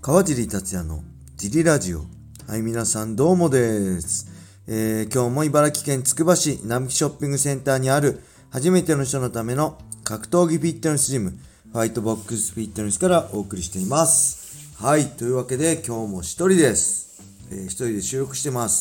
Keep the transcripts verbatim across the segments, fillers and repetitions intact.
川尻達也のジリラジオ。はい、皆さんどうもです。えー、今日も茨城県つくば市並木ショッピングセンターにある初めての人のための格闘技フィットネスジム、ファイトボックスフィットネスからお送りしています。はい、というわけで今日も一人です。えー、一人で収録してます。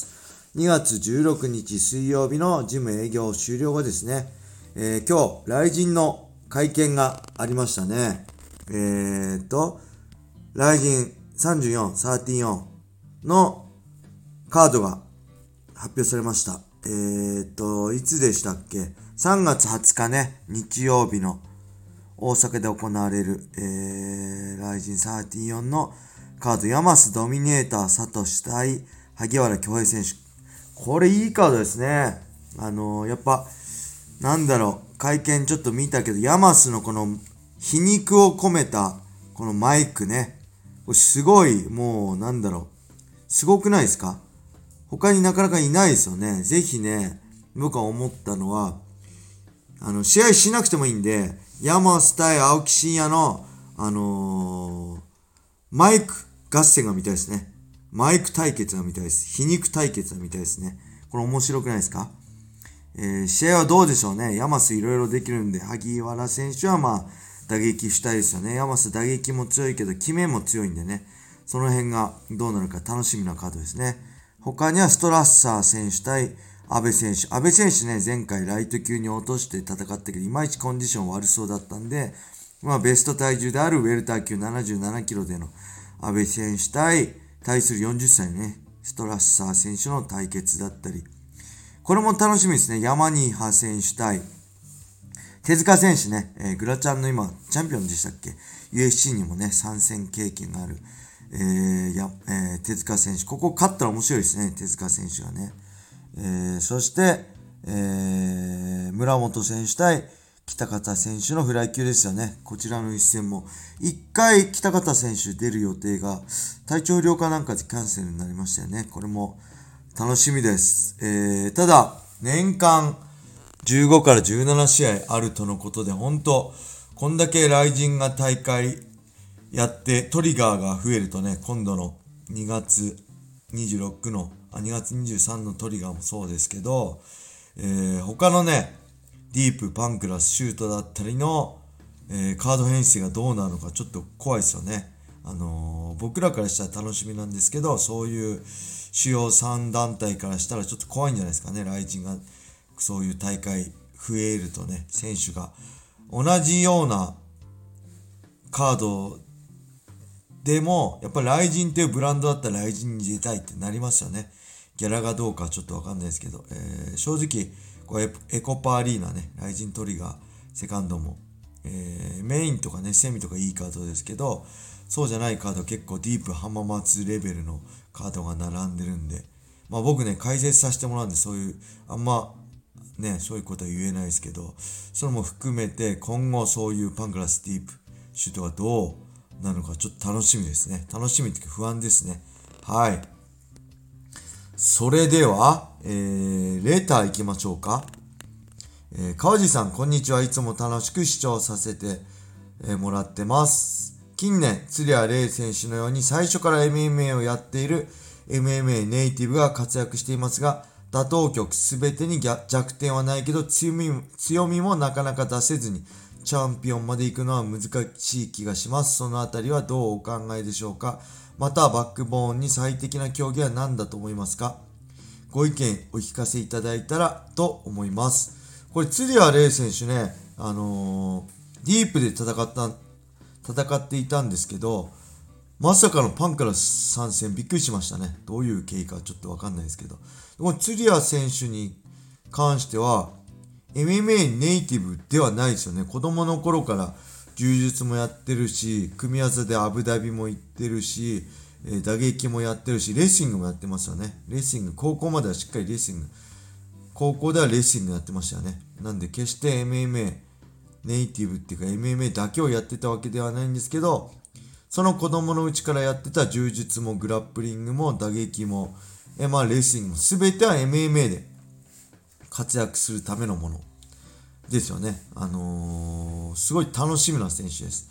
にがつじゅうろくにち水曜日のジム営業終了後ですね。えー、今日、ライジンの会見がありましたね。えーと、ライジンさんじゅうよん、さんじゅうよんのカードが発表されました。えーと、いつでしたっけ ?さんがつはつかね、日曜日の大阪で行われる、えー、ライジンさんじゅうよんのカード、ヤマスドミネーターサトシ対萩原恭平選手。これいいカードですね。あのー、やっぱ、なんだろう、会見ちょっと見たけど、ヤマスのこの皮肉を込めたこのマイクね。これすごい、もうなんだろう。すごくないですか？他になかなかいないですよね。ぜひね、僕が思ったのは、あの、試合しなくてもいいんで、ヤマス対青木真也の、あのー、マイク合戦が見たいですね。マイク対決が見たいです。皮肉対決が見たいですね。これ面白くないですか？えー、試合はどうでしょうね。ヤマスいろいろできるんで、萩原選手はまあ、打撃主体ですよね。ヤマス打撃も強いけど、決めも強いんでね。その辺がどうなるか楽しみなカードですね。他にはストラッサー選手対阿部選手。阿部選手ね、前回ライト級に落として戦ったけど、いまいちコンディション悪そうだったんで、まあベスト体重であるウェルター級ななじゅうななキロでの阿部選手対、対するよんじゅっさいのね、ストラッサー選手の対決だったり、これも楽しみですね。ヤマニーハ選手対、手塚選手ね、えー、グラチャンの今、チャンピオンでしたっけ ?ユーエフシー にもね、参戦経験がある、えーやえー、手塚選手。ここ勝ったら面白いですね、手塚選手がね。えー、そして、えー、村本選手対北方選手のフライ級ですよね。こちらの一戦も。一回北方選手出る予定が、体調不良かなんかでキャンセルになりましたよね。これも楽しみです。えー、ただ、年間、じゅうごからじゅうななしあいあるとのことで、本当こんだけライジンが大会やってトリガーが増えるとね、今度のにがつにじゅうろくの、あ、にがつにじゅうさんのトリガーもそうですけど、えー、他のね、ディープ、パンクラス、シュートだったりの、えー、カード編成がどうなるのかちょっと怖いですよね。あのー、僕らからしたら楽しみなんですけど、そういう主要さん団体からしたらちょっと怖いんじゃないですかね、ライジンが。そういう大会増えるとね、選手が同じようなカードでも、やっぱりライジンっていうブランドだったらライジンに出たいってなりますよね。ギャラがどうかちょっとわかんないですけど、えー、正直こうエ、エコパアリーナね、ライジントリガー、セカンドも、えー、メインとかね、セミとかいいカードですけど、そうじゃないカード結構ディープ浜松レベルのカードが並んでるんで、まあ僕ね、解説させてもらうんで、そういう、あんま、ね、そういうことは言えないですけど、それも含めて今後そういうパンクラスディープシュートがどうなるのかちょっと楽しみですね。楽しみっていうか不安ですね。はい。それでは、えー、レター行きましょうか。えー、川地さん、こんにちは。いつも楽しく視聴させて、えー、もらってます。近年、鶴谷玲選手のように最初から エムエムエー をやっている エムエムエー ネイティブが活躍していますが、打倒曲すべてに弱点はないけど強み、強みもなかなか出せずにチャンピオンまで行くのは難しい気がします。そのあたりはどうお考えでしょうか。またバックボーンに最適な競技は何だと思いますか。ご意見お聞かせいただいたらと思います。これ鶴谷玲選手ね、あのー、ディープで戦った戦っていたんですけど、まさかのパンから参戦、びっくりしましたね。どういう経緯かちょっとわかんないですけど。この鶴谷選手に関しては、エムエムエー ネイティブではないですよね。子供の頃から柔術もやってるし、組み技でアブダビも行ってるし、えー、打撃もやってるし、レスリングもやってますよね。レスリング、高校まではしっかりレスリング。高校ではレスリングやってましたよね。なんで決して エムエムエー ネイティブっていうか エムエムエー だけをやってたわけではないんですけど、その子供のうちからやってた柔術もグラップリングも打撃も、えまあレスリングも全ては エムエムエー で活躍するためのものですよね。あのー、すごい楽しみな選手です。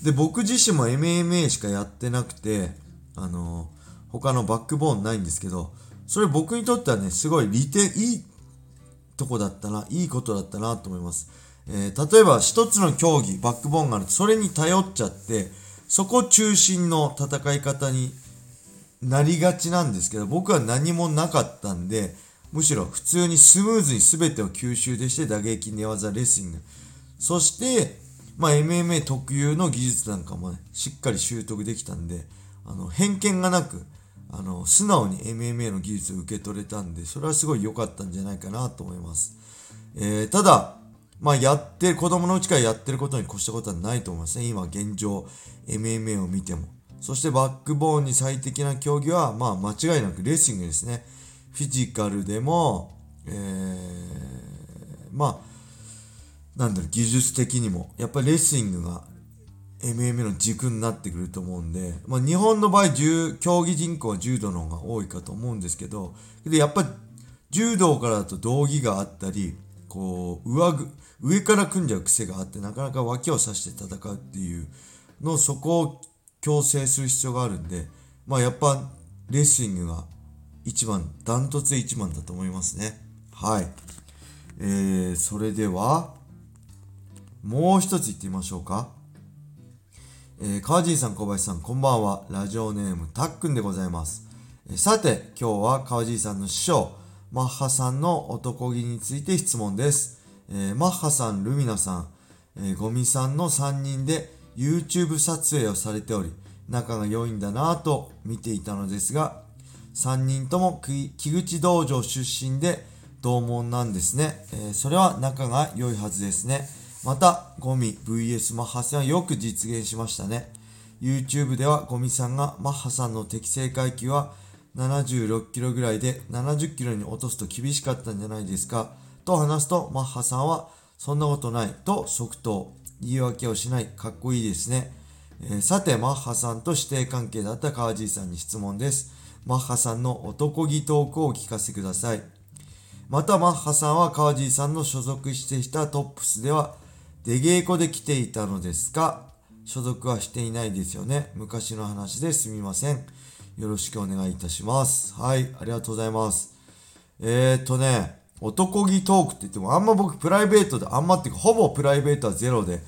で、僕自身も エムエムエー しかやってなくて、あのー、他のバックボーンないんですけど、それ僕にとってはね、すごい利点、いいとこだったな、いいことだったなと思います。えー、例えば一つの競技、バックボーンがあると、それに頼っちゃって、そこ中心の戦い方になりがちなんですけど、僕は何もなかったんで、むしろ普通にスムーズに全てを吸収でして打撃、寝技、レスリング。そして、まあ エムエムエー 特有の技術なんかもね、しっかり習得できたんで、あの、偏見がなく、あの、素直に エムエムエー の技術を受け取れたんで、それはすごい良かったんじゃないかなと思います。えー、ただ、まあやって、子供のうちからやってることに越したことはないと思いますね。今現状、エムエムエー を見ても。そしてバックボーンに最適な競技は、まあ間違いなくレスリングですね。フィジカルでも、えー、まあ、なんだろう、技術的にも、やっぱりレスリングが エムエムエー の軸になってくると思うんで、まあ日本の場合、競技人口は柔道の方が多いかと思うんですけど、でやっぱり柔道からだと道着があったり、こう、上ぐ、上から組んじゃう癖があって、なかなか脇を刺して戦うっていうのを、そこを矯正する必要があるんで、まあやっぱレスリングが一番、ダントツで一番だと思いますね。はい。えー、それでは、もう一つ言ってみましょうか。えー、川尻さん、小林さん、こんばんは。ラジオネーム、たっくんでございます。えー、さて、今日は川尻さんの師匠、マッハさんの男気について質問です。えー、マッハさん、ルミナさん、えー、ゴミさんのさんにんで YouTube 撮影をされており、仲が良いんだなぁと見ていたのですが、さんにんとも木口道場出身で同門なんですね。えー、それは仲が良いはずですね。また、ゴミ ブイエス マッハさんはよく実現しましたね。YouTube ではゴミさんがマッハさんの適正階級はななじゅうろっキロぐらいでななじゅっキロに落とすと厳しかったんじゃないですかと話すと、マッハさんはそんなことないと即答。言い訳をしない。かっこいいですね。えー、さて、マッハさんと師弟関係だった川尻さんに質問です。マッハさんの男気トークをお聞かせください。また、マッハさんは川尻さんの所属していたトップスでは出稽古で来ていたのですか？所属はしていないですよね。昔の話ですみません。よろしくお願いいたします。はい、ありがとうございます。えーとね、男気トークって言っても、あんま僕プライベートで、あんまっていうか、ほぼプライベートはゼロで、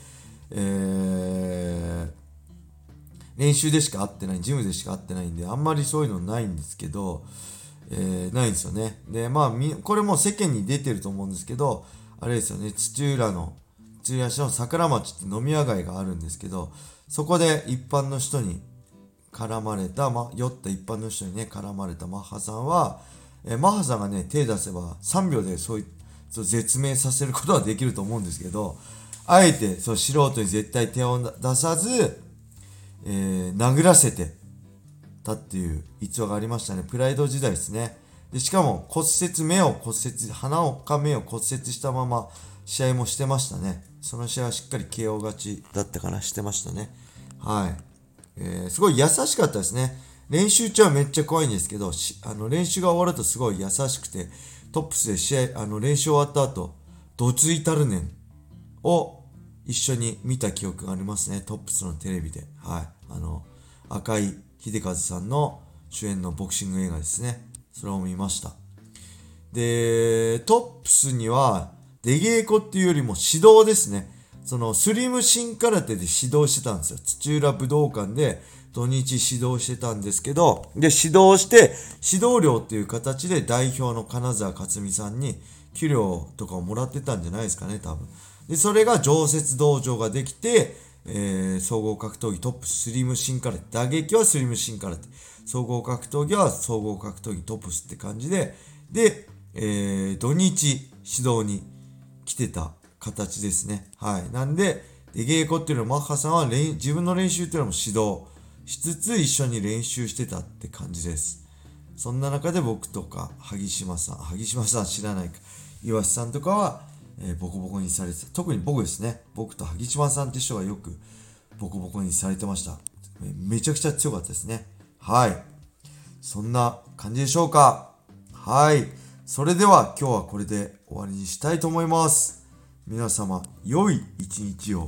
えー、練習でしか会ってない、ジムでしか会ってないんで、あんまりそういうのないんですけど、えー、ないんですよね。で、まあ、み、これも世間に出てると思うんですけど、あれですよね、土浦の、土浦市の桜町って飲み屋街があるんですけど、そこで一般の人に絡まれた、ま、酔った一般の人にね、絡まれたマッハさんは、えー、マッハさんがね、手出せばさんびょうでそういう、そう絶命させることはできると思うんですけど、あえて、そう素人に絶対手を出さず、えー、殴らせてたっていう逸話がありましたね。プライド時代ですね。で、しかも骨折、目を骨折、鼻か目を骨折したまま試合もしてましたね。その試合はしっかり ケーオー 勝ちだったかな、してましたね。はい。えー、すごい優しかったですね。練習中はめっちゃ怖いんですけど、あの練習が終わるとすごい優しくて、トップスで試合、あの練習終わった後、どついたるねんを一緒に見た記憶がありますね。トップスのテレビで。はい。あの、赤井秀和さんの主演のボクシング映画ですね。それを見ました。で、トップスには出稽古っていうよりも指導ですね。そのスリム新空手で指導してたんですよ。土浦武道館で土日指導してたんですけど、で、指導して、指導料っていう形で代表の金沢克美さんに給料とかをもらってたんじゃないですかね、多分。で、それが常設道場ができて、えー、総合格闘技トップスリム新空手。打撃はスリム新空手。総合格闘技は総合格闘技トップスって感じで、で、えー、土日指導に来てた形ですね。はい。なんで、出稽古っていうのはマッハさんは自分の練習っていうのも指導しつつ一緒に練習してたって感じです。そんな中で僕とか、萩島さん、萩島さん知らないか、岩瀬さんとかは、えー、ボコボコにされてた。特に僕ですね。僕と萩島さんって人がよくボコボコにされてました。めちゃくちゃ強かったですね。はい。そんな感じでしょうか。はい。それでは今日はこれで終わりにしたいと思います。皆様、良い一日を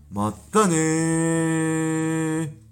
まったねー。